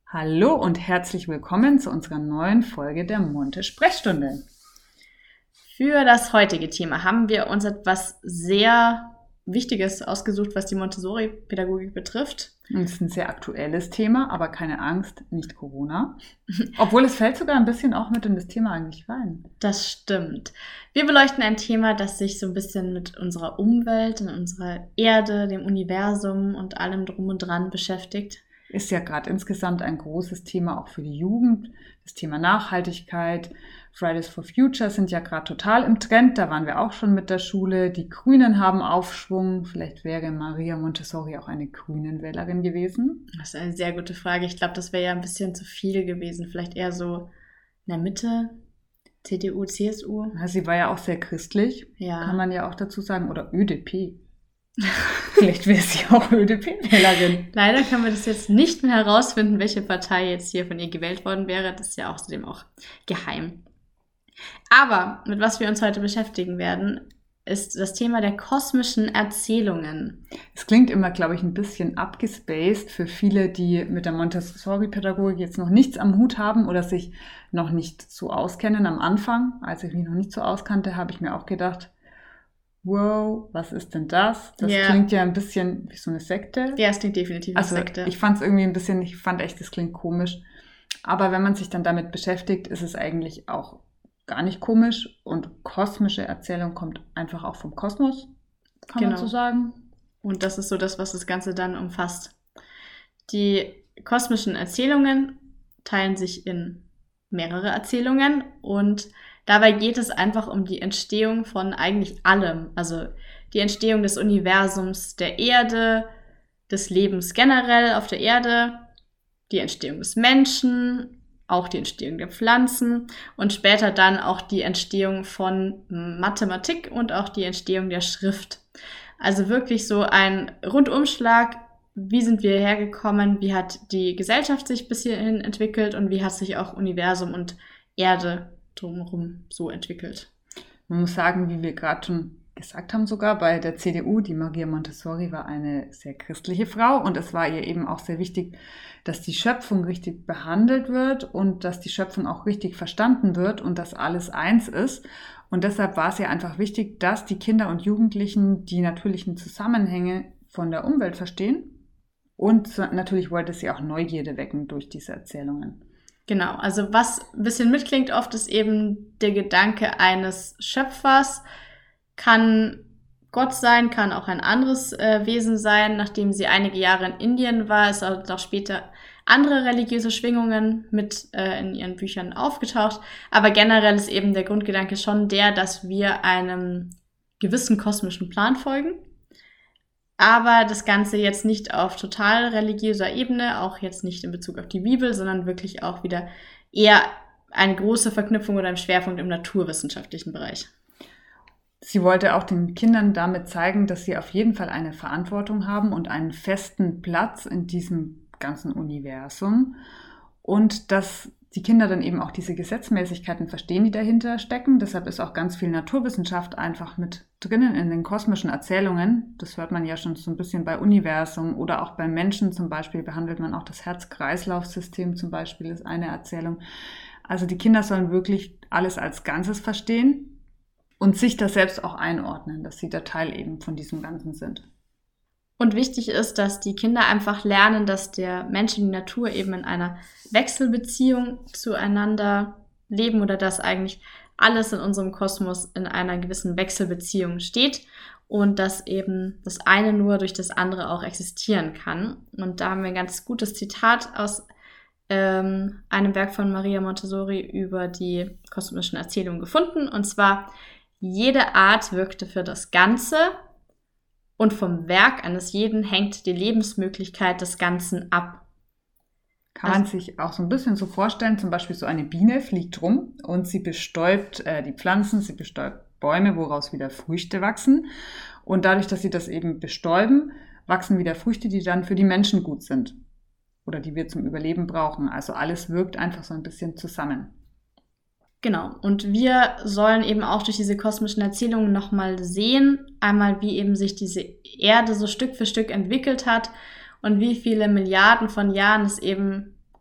Hallo und herzlich willkommen zu unserer neuen Folge der Monte-Sprechstunde. Für das heutige Thema haben wir uns etwas sehr Wichtiges ausgesucht, was die Montessori-Pädagogik betrifft. Es ist ein sehr aktuelles Thema, aber keine Angst, nicht Corona. Obwohl es fällt sogar ein bisschen auch mit in das Thema eigentlich rein. Das stimmt. Wir beleuchten ein Thema, das sich so ein bisschen mit unserer Umwelt und unserer Erde, dem Universum und allem drum und dran beschäftigt. Ist ja gerade insgesamt ein großes Thema auch für die Jugend. Das Thema Nachhaltigkeit, Fridays for Future sind ja gerade total im Trend. Da waren wir auch schon mit der Schule. Die Grünen haben Aufschwung. Vielleicht wäre Maria Montessori auch eine Grünenwählerin gewesen. Das ist eine sehr gute Frage. Ich glaube, das wäre ja ein bisschen zu viel gewesen. Vielleicht eher so in der Mitte, CDU, CSU. Ja, sie war ja auch sehr christlich, Ja. kann man ja auch dazu sagen. Oder ÖDP. Vielleicht wäre sie auch ÖDP-Wählerin. Leider können wir das jetzt nicht mehr herausfinden, welche Partei jetzt hier von ihr gewählt worden wäre. Das ist ja außerdem auch geheim. Aber mit was wir uns heute beschäftigen werden, ist das Thema der kosmischen Erzählungen. Es klingt immer, glaube ich, ein bisschen abgespaced für viele, die mit der Montessori-Pädagogik jetzt noch nichts am Hut haben oder sich noch nicht so auskennen. Am Anfang, als ich mich noch nicht so auskannte, habe ich mir auch gedacht, wow, was ist denn das? Das klingt ja ein bisschen wie so eine Sekte. Ja, es klingt definitiv wie eine Sekte. Ich fand es irgendwie ein bisschen, ich fand echt, das klingt komisch. Aber wenn man sich dann damit beschäftigt, ist es eigentlich auch gar nicht komisch. Und kosmische Erzählung kommt einfach auch vom Kosmos, kann man so sagen. Und das ist so das, was das Ganze dann umfasst. Die kosmischen Erzählungen teilen sich in mehrere Erzählungen und dabei geht es einfach um die Entstehung von eigentlich allem. Also die Entstehung des Universums, der Erde, des Lebens generell auf der Erde, die Entstehung des Menschen, auch die Entstehung der Pflanzen und später dann auch die Entstehung von Mathematik und auch die Entstehung der Schrift. Also wirklich so ein Rundumschlag. Wie sind wir hergekommen? Wie hat die Gesellschaft sich bis hierhin entwickelt? Und wie hat sich auch Universum und Erde drumherum so entwickelt? Man muss sagen, wie wir gerade schon gesagt haben, sogar bei der CDU, die Maria Montessori war eine sehr christliche Frau und es war ihr eben auch sehr wichtig, dass die Schöpfung richtig behandelt wird und dass die Schöpfung auch richtig verstanden wird und dass alles eins ist. Und deshalb war es ihr einfach wichtig, dass die Kinder und Jugendlichen die natürlichen Zusammenhänge von der Umwelt verstehen. Und natürlich wollte sie auch Neugierde wecken durch diese Erzählungen. Genau, also was ein bisschen mitklingt oft, ist eben der Gedanke eines Schöpfers. Kann Gott sein, kann auch ein anderes Wesen sein. Nachdem sie einige Jahre in Indien war, ist auch später andere religiöse Schwingungen mit in ihren Büchern aufgetaucht. Aber generell ist eben der Grundgedanke schon der, dass wir einem gewissen kosmischen Plan folgen. Aber das Ganze jetzt nicht auf total religiöser Ebene, auch jetzt nicht in Bezug auf die Bibel, sondern wirklich auch wieder eher eine große Verknüpfung oder ein Schwerpunkt im naturwissenschaftlichen Bereich. Sie wollte auch den Kindern damit zeigen, dass sie auf jeden Fall eine Verantwortung haben und einen festen Platz in diesem ganzen Universum und dass die Kinder dann eben auch diese Gesetzmäßigkeiten verstehen, die dahinter stecken. Deshalb ist auch ganz viel Naturwissenschaft einfach mit drinnen in den kosmischen Erzählungen. Das hört man ja schon so ein bisschen bei Universum oder auch beim Menschen zum Beispiel behandelt man auch das Herz-Kreislauf-System zum Beispiel, ist eine Erzählung. Also die Kinder sollen wirklich alles als Ganzes verstehen und sich das selbst auch einordnen, dass sie der Teil eben von diesem Ganzen sind. Und wichtig ist, dass die Kinder einfach lernen, dass der Mensch und die Natur eben in einer Wechselbeziehung zueinander leben oder dass eigentlich alles in unserem Kosmos in einer gewissen Wechselbeziehung steht und dass eben das eine nur durch das andere auch existieren kann. Und da haben wir ein ganz gutes Zitat aus einem Werk von Maria Montessori über die kosmischen Erzählungen gefunden. Und zwar: Jede Art wirkte für das Ganze und vom Werk eines jeden hängt die Lebensmöglichkeit des Ganzen ab. Kann man sich auch so ein bisschen so vorstellen, zum Beispiel so eine Biene fliegt rum und sie bestäubt die Pflanzen, sie bestäubt Bäume, woraus wieder Früchte wachsen. Und dadurch, dass sie das eben bestäuben, wachsen wieder Früchte, die dann für die Menschen gut sind oder die wir zum Überleben brauchen. Also alles wirkt einfach so ein bisschen zusammen. Genau, und wir sollen eben auch durch diese kosmischen Erzählungen nochmal sehen, einmal wie eben sich diese Erde so Stück für Stück entwickelt hat und wie viele Milliarden von Jahren es eben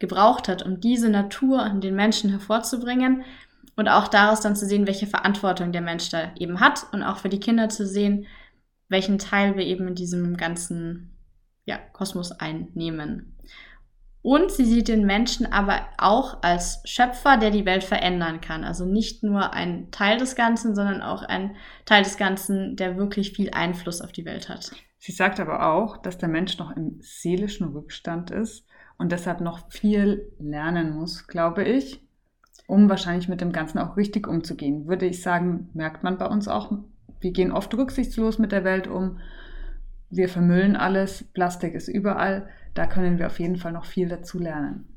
gebraucht hat, um diese Natur und den Menschen hervorzubringen und auch daraus dann zu sehen, welche Verantwortung der Mensch da eben hat und auch für die Kinder zu sehen, welchen Teil wir eben in diesem ganzen Kosmos einnehmen. Und sie sieht den Menschen aber auch als Schöpfer, der die Welt verändern kann. Also nicht nur ein Teil des Ganzen, sondern auch ein Teil des Ganzen, der wirklich viel Einfluss auf die Welt hat. Sie sagt aber auch, dass der Mensch noch im seelischen Rückstand ist und deshalb noch viel lernen muss, glaube ich, um wahrscheinlich mit dem Ganzen auch richtig umzugehen. Würde ich sagen, merkt man bei uns auch. Wir gehen oft rücksichtslos mit der Welt um. Wir vermüllen alles, Plastik ist überall. Da können wir auf jeden Fall noch viel dazu lernen.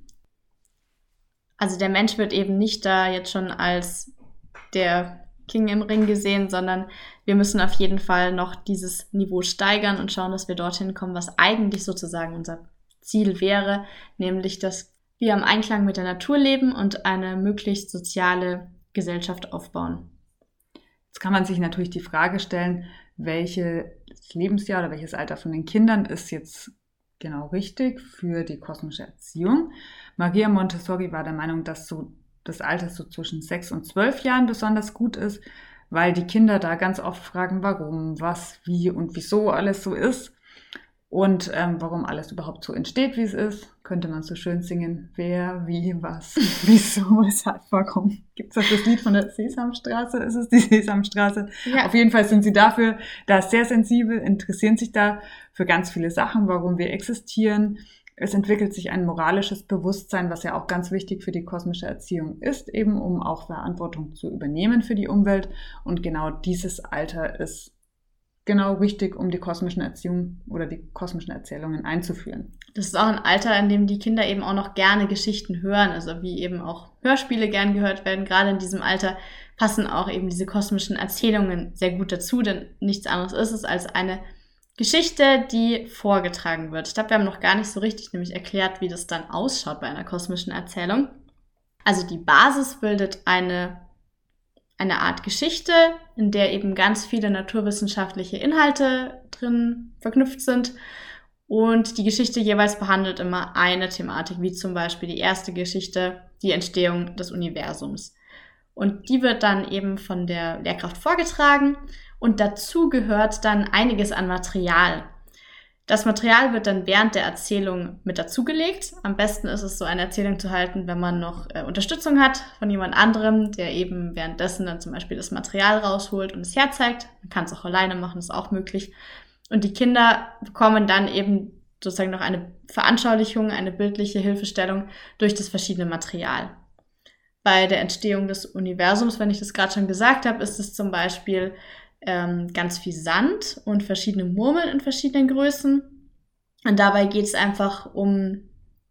Also der Mensch wird eben nicht da jetzt schon als der King im Ring gesehen, sondern wir müssen auf jeden Fall noch dieses Niveau steigern und schauen, dass wir dorthin kommen, was eigentlich sozusagen unser Ziel wäre, nämlich, dass wir im Einklang mit der Natur leben und eine möglichst soziale Gesellschaft aufbauen. Jetzt kann man sich natürlich die Frage stellen, welches Lebensjahr oder welches Alter von den Kindern ist jetzt genau richtig für die kosmische Erziehung. Maria Montessori war der Meinung, dass so das Alter so zwischen 6 und 12 Jahren besonders gut ist, weil die Kinder da ganz oft fragen, warum, was, wie und wieso alles so ist und warum alles überhaupt so entsteht, wie es ist. Könnte man so schön singen, wer, wie, was, wieso, weshalb, warum. Gibt es auch das Lied von der Sesamstraße? Ist es die Sesamstraße? Ja. Auf jeden Fall sind sie dafür da sehr sensibel, interessieren sich da für ganz viele Sachen, warum wir existieren. Es entwickelt sich ein moralisches Bewusstsein, was ja auch ganz wichtig für die kosmische Erziehung ist, eben um auch Verantwortung zu übernehmen für die Umwelt. Und genau dieses Alter ist genau richtig, um die kosmischen Erziehungen oder die kosmischen Erzählungen einzuführen. Das ist auch ein Alter, in dem die Kinder eben auch noch gerne Geschichten hören, also wie eben auch Hörspiele gern gehört werden. Gerade in diesem Alter passen auch eben diese kosmischen Erzählungen sehr gut dazu, denn nichts anderes ist es als eine Geschichte, die vorgetragen wird. Ich glaube, wir haben noch gar nicht so richtig nämlich erklärt, wie das dann ausschaut bei einer kosmischen Erzählung. Also die Basis bildet eine Art Geschichte, in der eben ganz viele naturwissenschaftliche Inhalte drin verknüpft sind. Und die Geschichte jeweils behandelt immer eine Thematik, wie zum Beispiel die erste Geschichte, die Entstehung des Universums. Und die wird dann eben von der Lehrkraft vorgetragen und dazu gehört dann einiges an Material. Das Material wird dann während der Erzählung mit dazugelegt. Am besten ist es, so eine Erzählung zu halten, wenn man noch Unterstützung hat von jemand anderem, der eben währenddessen dann zum Beispiel das Material rausholt und es herzeigt. Man kann es auch alleine machen, ist auch möglich. Und die Kinder bekommen dann eben sozusagen noch eine Veranschaulichung, eine bildliche Hilfestellung durch das verschiedene Material. Bei der Entstehung des Universums, wenn ich das gerade schon gesagt habe, ist es zum Beispiel ganz viel Sand und verschiedene Murmeln in verschiedenen Größen. Und dabei geht es einfach um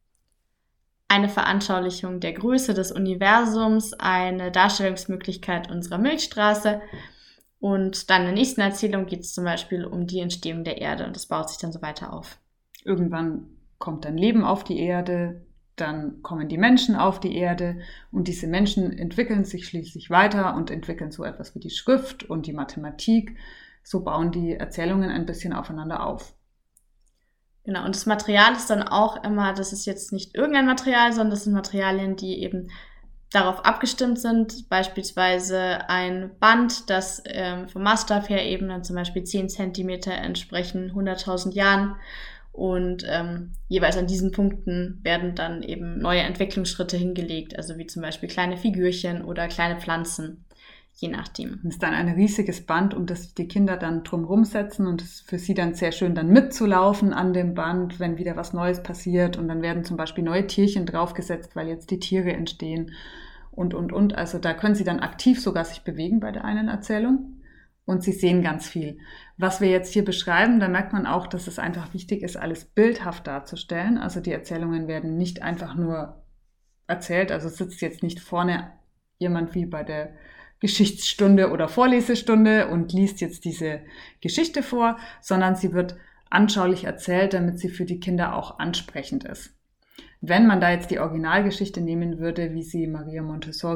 eine Veranschaulichung der Größe des Universums, eine Darstellungsmöglichkeit unserer Milchstraße. Und dann in der nächsten Erzählung geht es zum Beispiel um die Entstehung der Erde und das baut sich dann so weiter auf. Irgendwann kommt dann Leben auf die Erde, dann kommen die Menschen auf die Erde und diese Menschen entwickeln sich schließlich weiter und entwickeln so etwas wie die Schrift und die Mathematik. So bauen die Erzählungen ein bisschen aufeinander auf. Genau, und das Material ist dann auch immer, das ist jetzt nicht irgendein Material, sondern das sind Materialien, die eben darauf abgestimmt sind. Beispielsweise ein Band, das vom Maßstab her eben dann zum Beispiel 10 Zentimeter entsprechen 100.000 Jahren. Und jeweils an diesen Punkten werden dann eben neue Entwicklungsschritte hingelegt, also wie zum Beispiel kleine Figürchen oder kleine Pflanzen, je nachdem. Das ist dann ein riesiges Band, um das die Kinder dann drumherum setzen und es ist für sie dann sehr schön, dann mitzulaufen an dem Band, wenn wieder was Neues passiert und dann werden zum Beispiel neue Tierchen draufgesetzt, weil jetzt die Tiere entstehen und. Also da können sie dann aktiv sogar sich bewegen bei der einen Erzählung. Und sie sehen ganz viel. Was wir jetzt hier beschreiben, da merkt man auch, dass es einfach wichtig ist, alles bildhaft darzustellen. Also die Erzählungen werden nicht einfach nur erzählt, also sitzt jetzt nicht vorne jemand wie bei der Geschichtsstunde oder Vorlesestunde und liest jetzt diese Geschichte vor, sondern sie wird anschaulich erzählt, damit sie für die Kinder auch ansprechend ist. Wenn man da jetzt die Originalgeschichte nehmen würde, wie sie Maria Montessori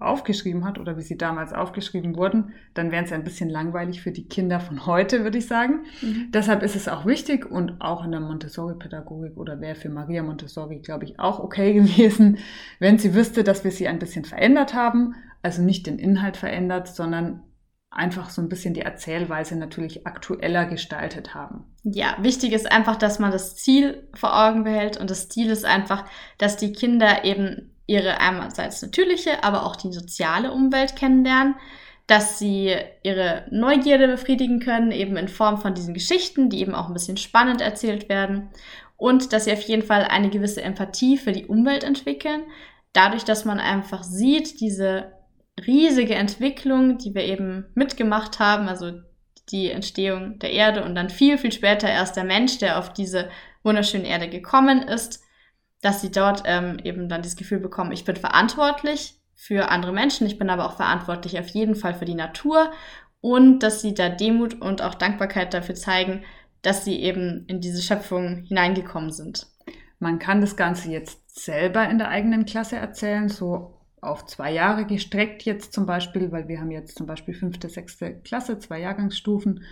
aufgeschrieben hat oder wie sie damals aufgeschrieben wurden, dann wären sie ein bisschen langweilig für die Kinder von heute, würde ich sagen. Deshalb ist es auch wichtig und auch in der Montessori-Pädagogik oder wäre für Maria Montessori, glaube ich, auch okay gewesen, wenn sie wüsste, dass wir sie ein bisschen verändert haben, also nicht den Inhalt verändert, sondern einfach so ein bisschen die Erzählweise natürlich aktueller gestaltet haben. Ja, wichtig ist einfach, dass man das Ziel vor Augen behält und das Ziel ist einfach, dass die Kinder eben ihre einerseits natürliche, aber auch die soziale Umwelt kennenlernen, dass sie ihre Neugierde befriedigen können, eben in Form von diesen Geschichten, die eben auch ein bisschen spannend erzählt werden und dass sie auf jeden Fall eine gewisse Empathie für die Umwelt entwickeln, dadurch, dass man einfach sieht, diese riesige Entwicklung, die wir eben mitgemacht haben, also die Entstehung der Erde und dann viel, viel später erst der Mensch, der auf diese wunderschöne Erde gekommen ist, dass sie dort eben dann das Gefühl bekommen, ich bin verantwortlich für andere Menschen, ich bin aber auch verantwortlich auf jeden Fall für die Natur und dass sie da Demut und auch Dankbarkeit dafür zeigen, dass sie eben in diese Schöpfung hineingekommen sind. Man kann das Ganze jetzt selber in der eigenen Klasse erzählen, so auf 2 Jahre gestreckt jetzt zum Beispiel, weil wir haben jetzt zum Beispiel 5., 6. Klasse, 2 Jahrgangsstufen,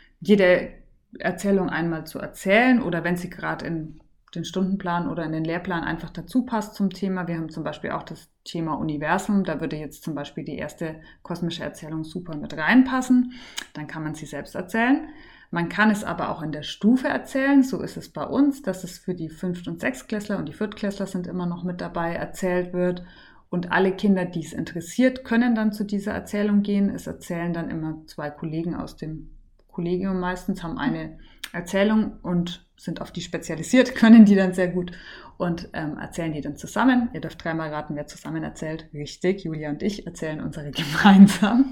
jede Erzählung einmal zu erzählen oder wenn sie gerade in den Stundenplan oder in den Lehrplan einfach dazu passt zum Thema. Wir haben zum Beispiel auch das Thema Universum, da würde jetzt zum Beispiel die erste kosmische Erzählung super mit reinpassen, dann kann man sie selbst erzählen. Man kann es aber auch in der Stufe erzählen, so ist es bei uns, dass es für die 5. und 6. Klässler und die 4. Klässler sind immer noch mit dabei erzählt wird. Und alle Kinder, die es interessiert, können dann zu dieser Erzählung gehen. Es erzählen dann immer 2 Kollegen aus dem Kollegium meistens, haben eine Erzählung und sind auf die spezialisiert, können die dann sehr gut und erzählen die dann zusammen. Ihr dürft 3-mal raten, wer zusammen erzählt. Richtig, Julia und ich erzählen unsere gemeinsam.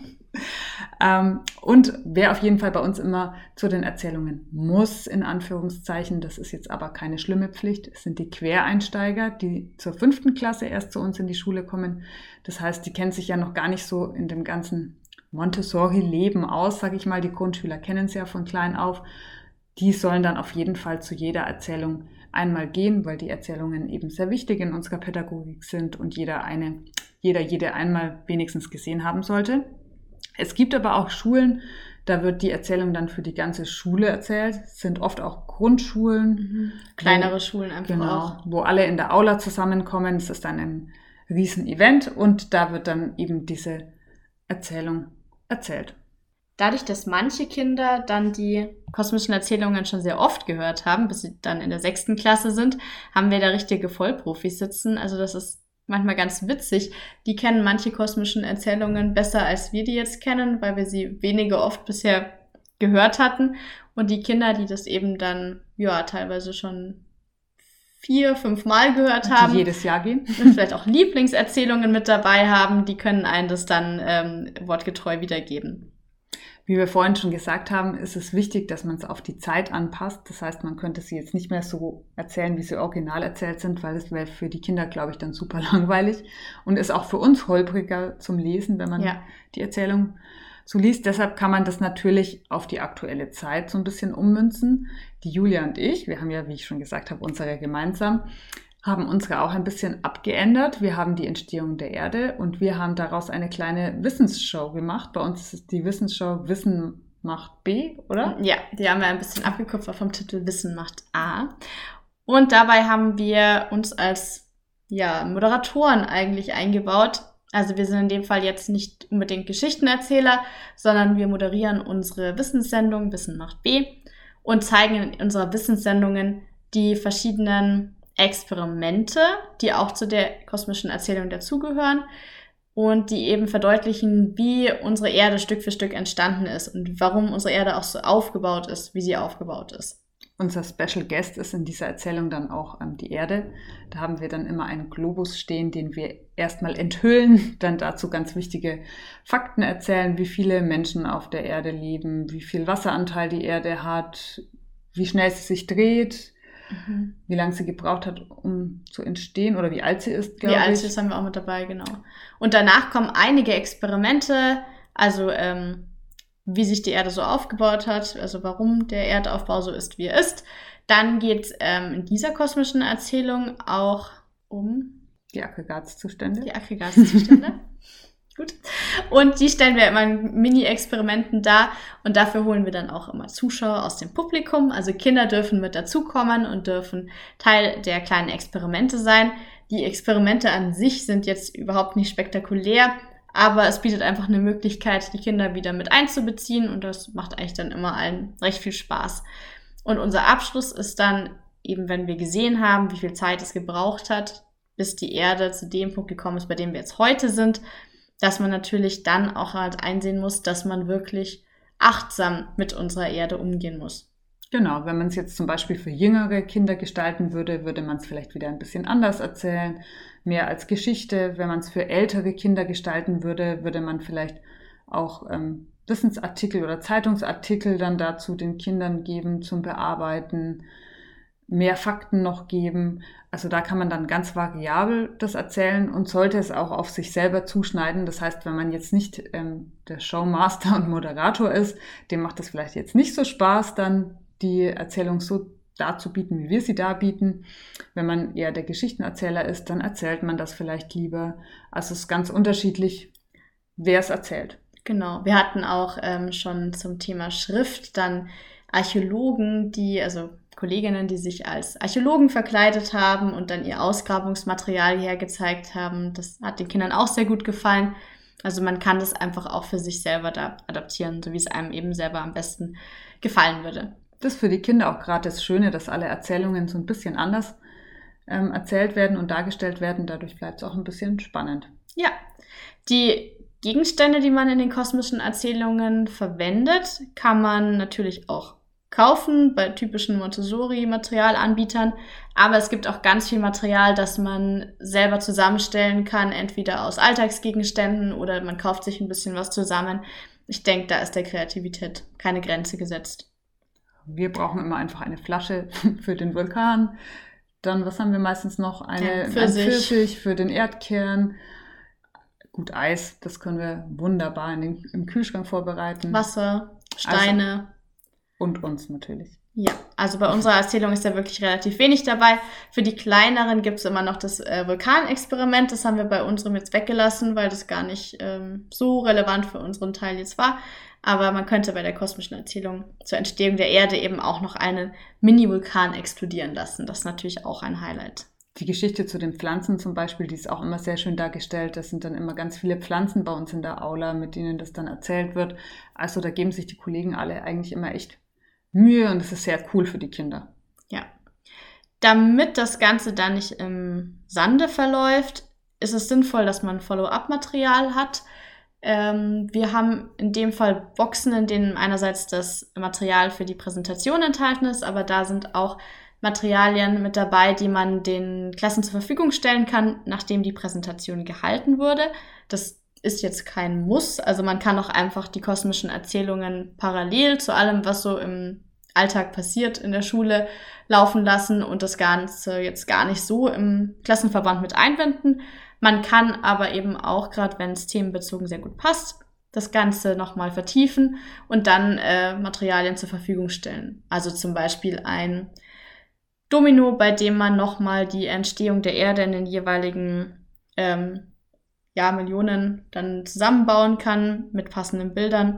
Und wer auf jeden Fall bei uns immer zu den Erzählungen muss, in Anführungszeichen, das ist jetzt aber keine schlimme Pflicht, es sind die Quereinsteiger, die zur 5. Klasse erst zu uns in die Schule kommen. Das heißt, die kennen sich ja noch gar nicht so in dem ganzen Montessori-Leben aus, sage ich mal. Die Grundschüler kennen es ja von klein auf. Die sollen dann auf jeden Fall zu jeder Erzählung einmal gehen, weil die Erzählungen eben sehr wichtig in unserer Pädagogik sind und jede einmal wenigstens gesehen haben sollte. Es gibt aber auch Schulen, da wird die Erzählung dann für die ganze Schule erzählt. Es sind oft auch Grundschulen. Kleinere Schulen einfach auch. Wo alle in der Aula zusammenkommen. Es ist dann ein Riesen-Event und da wird dann eben diese Erzählung erzählt. Dadurch, dass manche Kinder dann die kosmischen Erzählungen schon sehr oft gehört haben, bis sie dann in der 6. Klasse sind, haben wir da richtige Vollprofis sitzen. Also das ist manchmal ganz witzig. Die kennen manche kosmischen Erzählungen besser, als wir die jetzt kennen, weil wir sie weniger oft bisher gehört hatten. Und die Kinder, die das eben dann, ja, teilweise schon 4, 5 Mal gehört haben. Die jedes Jahr gehen. Und vielleicht auch Lieblingserzählungen mit dabei haben, die können einen das dann wortgetreu wiedergeben. Wie wir vorhin schon gesagt haben, ist es wichtig, dass man es auf die Zeit anpasst. Das heißt, man könnte sie jetzt nicht mehr so erzählen, wie sie original erzählt sind, weil es wäre für die Kinder, glaube ich, dann super langweilig und ist auch für uns holpriger zum Lesen, wenn man die Erzählung so liest. Deshalb kann man das natürlich auf die aktuelle Zeit so ein bisschen ummünzen. Die Julia und ich, wir haben ja, wie ich schon gesagt habe, unsere gemeinsam, haben unsere auch ein bisschen abgeändert. Wir haben die Entstehung der Erde und wir haben daraus eine kleine Wissensshow gemacht. Bei uns ist die Wissensshow Wissen macht B, oder? Ja, die haben wir ein bisschen abgekupfert vom Titel Wissen macht A. Und dabei haben wir uns als Moderatoren eigentlich eingebaut. Also wir sind in dem Fall jetzt nicht unbedingt Geschichtenerzähler, sondern wir moderieren unsere Wissenssendung Wissen macht B und zeigen in unserer Wissenssendungen die verschiedenen Experimente, die auch zu der kosmischen Erzählung dazugehören und die eben verdeutlichen, wie unsere Erde Stück für Stück entstanden ist und warum unsere Erde auch so aufgebaut ist, wie sie aufgebaut ist. Unser Special Guest ist in dieser Erzählung dann auch die Erde. Da haben wir dann immer einen Globus stehen, den wir erstmal enthüllen, dann dazu ganz wichtige Fakten erzählen, wie viele Menschen auf der Erde leben, wie viel Wasseranteil die Erde hat, wie schnell sie sich dreht, wie lange sie gebraucht hat, um zu entstehen oder wie alt sie ist, glaube ich. Wie alt sie ist, haben wir auch mit dabei, genau. Und danach kommen einige Experimente, also wie sich die Erde so aufgebaut hat, also warum der Erdaufbau so ist, wie er ist. Dann geht es in dieser kosmischen Erzählung auch um die Aggregatzustände. Die Aggregatzustände. Gut. Und die stellen wir immer in Mini-Experimenten dar und dafür holen wir dann auch immer Zuschauer aus dem Publikum. Also Kinder dürfen mit dazukommen und dürfen Teil der kleinen Experimente sein. Die Experimente an sich sind jetzt überhaupt nicht spektakulär, aber es bietet einfach eine Möglichkeit, die Kinder wieder mit einzubeziehen und das macht eigentlich dann immer allen recht viel Spaß. Und unser Abschluss ist dann eben, wenn wir gesehen haben, wie viel Zeit es gebraucht hat, bis die Erde zu dem Punkt gekommen ist, bei dem wir jetzt heute sind, dass man natürlich dann auch halt einsehen muss, dass man wirklich achtsam mit unserer Erde umgehen muss. Genau, wenn man es jetzt zum Beispiel für jüngere Kinder gestalten würde, würde man es vielleicht wieder ein bisschen anders erzählen, mehr als Geschichte. Wenn man es für ältere Kinder gestalten würde, würde man vielleicht auch Wissensartikel oder Zeitungsartikel dann dazu den Kindern geben zum Bearbeiten, mehr Fakten noch geben. Also da kann man dann ganz variabel das erzählen und sollte es auch auf sich selber zuschneiden. Das heißt, wenn man jetzt nicht der Showmaster und Moderator ist, dem macht es vielleicht jetzt nicht so Spaß, dann die Erzählung so darzubieten, wie wir sie darbieten. Wenn man eher der Geschichtenerzähler ist, dann erzählt man das vielleicht lieber. Also es ist ganz unterschiedlich, wer es erzählt. Genau, wir hatten auch schon zum Thema Schrift dann Archäologen, also Kolleginnen, die sich als Archäologen verkleidet haben und dann ihr Ausgrabungsmaterial hergezeigt haben. Das hat den Kindern auch sehr gut gefallen. Also man kann das einfach auch für sich selber da adaptieren, so wie es einem eben selber am besten gefallen würde. Das ist für die Kinder auch gerade das Schöne, dass alle Erzählungen so ein bisschen anders erzählt werden und dargestellt werden. Dadurch bleibt es auch ein bisschen spannend. Ja, die Gegenstände, die man in den kosmischen Erzählungen verwendet, kann man natürlich auch kaufen bei typischen Montessori-Materialanbietern, aber es gibt auch ganz viel Material, das man selber zusammenstellen kann, entweder aus Alltagsgegenständen oder man kauft sich ein bisschen was zusammen. Ich denke, da ist der Kreativität keine Grenze gesetzt. Wir brauchen immer einfach eine Flasche für den Vulkan. Dann, was haben wir meistens noch? Ein Pfirsich für den Erdkern. Gut, Eis, das können wir wunderbar im Kühlschrank vorbereiten. Wasser, Steine. Also, und uns natürlich. Ja, also bei unserer Erzählung ist da wirklich relativ wenig dabei. Für die Kleineren gibt es immer noch das Vulkanexperiment. Das haben wir bei unserem jetzt weggelassen, weil das gar nicht so relevant für unseren Teil jetzt war. Aber man könnte bei der kosmischen Erzählung zur Entstehung der Erde eben auch noch einen Mini-Vulkan explodieren lassen. Das ist natürlich auch ein Highlight. Die Geschichte zu den Pflanzen zum Beispiel, die ist auch immer sehr schön dargestellt. Das sind dann immer ganz viele Pflanzen bei uns in der Aula, mit denen das dann erzählt wird. Also da geben sich die Kollegen alle eigentlich immer echt Mühe und es ist sehr cool für die Kinder. Ja. Damit das Ganze dann nicht im Sande verläuft, ist es sinnvoll, dass man Follow-up-Material hat. Wir haben in dem Fall Boxen, in denen einerseits das Material für die Präsentation enthalten ist, aber da sind auch Materialien mit dabei, die man den Klassen zur Verfügung stellen kann, nachdem die Präsentation gehalten wurde. Das ist jetzt kein Muss, also man kann auch einfach die kosmischen Erzählungen parallel zu allem, was so im Alltag passiert in der Schule, laufen lassen und das Ganze jetzt gar nicht so im Klassenverband mit einbinden. Man kann aber eben auch, gerade wenn es themenbezogen sehr gut passt, das Ganze nochmal vertiefen und dann Materialien zur Verfügung stellen. Also zum Beispiel ein Domino, bei dem man nochmal die Entstehung der Erde in den jeweiligen Millionen dann zusammenbauen kann mit passenden Bildern.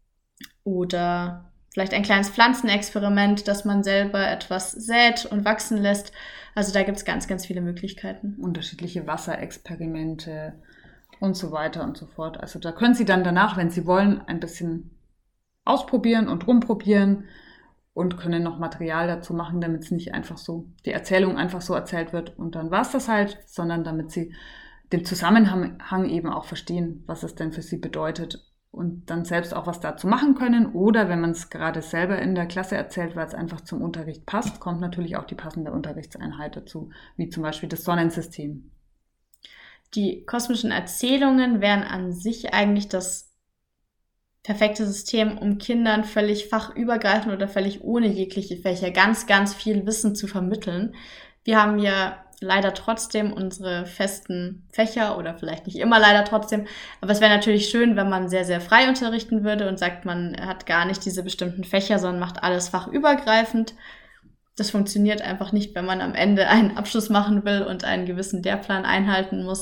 Oder vielleicht ein kleines Pflanzenexperiment, dass man selber etwas sät und wachsen lässt. Also da gibt es ganz, ganz viele Möglichkeiten. Unterschiedliche Wasserexperimente und so weiter und so fort. Also da können Sie dann danach, wenn Sie wollen, ein bisschen ausprobieren und rumprobieren und können noch Material dazu machen, damit es nicht einfach so, die Erzählung einfach so erzählt wird und dann war es das halt, sondern damit Sie den Zusammenhang eben auch verstehen, was es denn für Sie bedeutet und dann selbst auch was dazu machen können. Oder wenn man es gerade selber in der Klasse erzählt, weil es einfach zum Unterricht passt, kommt natürlich auch die passende Unterrichtseinheit dazu, wie zum Beispiel das Sonnensystem. Die kosmischen Erzählungen wären an sich eigentlich das perfekte System, um Kindern völlig fachübergreifend oder völlig ohne jegliche Fächer ganz, ganz viel Wissen zu vermitteln. Wir haben ja leider trotzdem unsere festen Fächer oder vielleicht nicht immer leider trotzdem. Aber es wäre natürlich schön, wenn man sehr, sehr frei unterrichten würde und sagt, man hat gar nicht diese bestimmten Fächer, sondern macht alles fachübergreifend. Das funktioniert einfach nicht, wenn man am Ende einen Abschluss machen will und einen gewissen Lehrplan einhalten muss.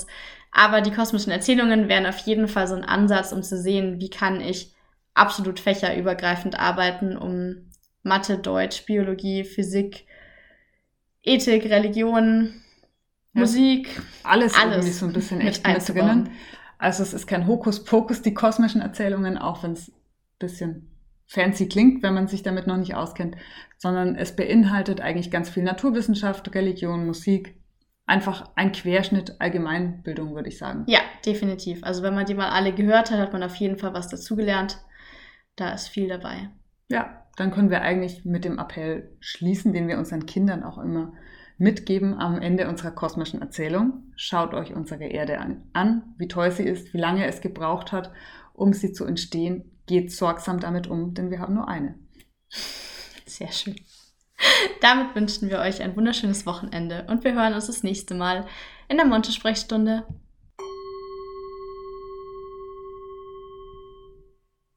Aber die kosmischen Erzählungen wären auf jeden Fall so ein Ansatz, um zu sehen, wie kann ich absolut fächerübergreifend arbeiten, um Mathe, Deutsch, Biologie, Physik, Ethik, Religion, Musik, alles irgendwie so ein bisschen echt mit drinnen. Also es ist kein Hokuspokus, die kosmischen Erzählungen, auch wenn es ein bisschen fancy klingt, wenn man sich damit noch nicht auskennt, sondern es beinhaltet eigentlich ganz viel Naturwissenschaft, Religion, Musik, einfach ein Querschnitt Allgemeinbildung, würde ich sagen. Ja, definitiv. Also wenn man die mal alle gehört hat, hat man auf jeden Fall was dazugelernt. Da ist viel dabei. Ja, dann können wir eigentlich mit dem Appell schließen, den wir unseren Kindern auch immer mitgeben am Ende unserer kosmischen Erzählung. Schaut euch unsere Erde an, wie toll sie ist, wie lange es gebraucht hat, um sie zu entstehen. Geht sorgsam damit um, denn wir haben nur eine. Sehr schön. Damit wünschen wir euch ein wunderschönes Wochenende und wir hören uns das nächste Mal in der Monte-Sprechstunde.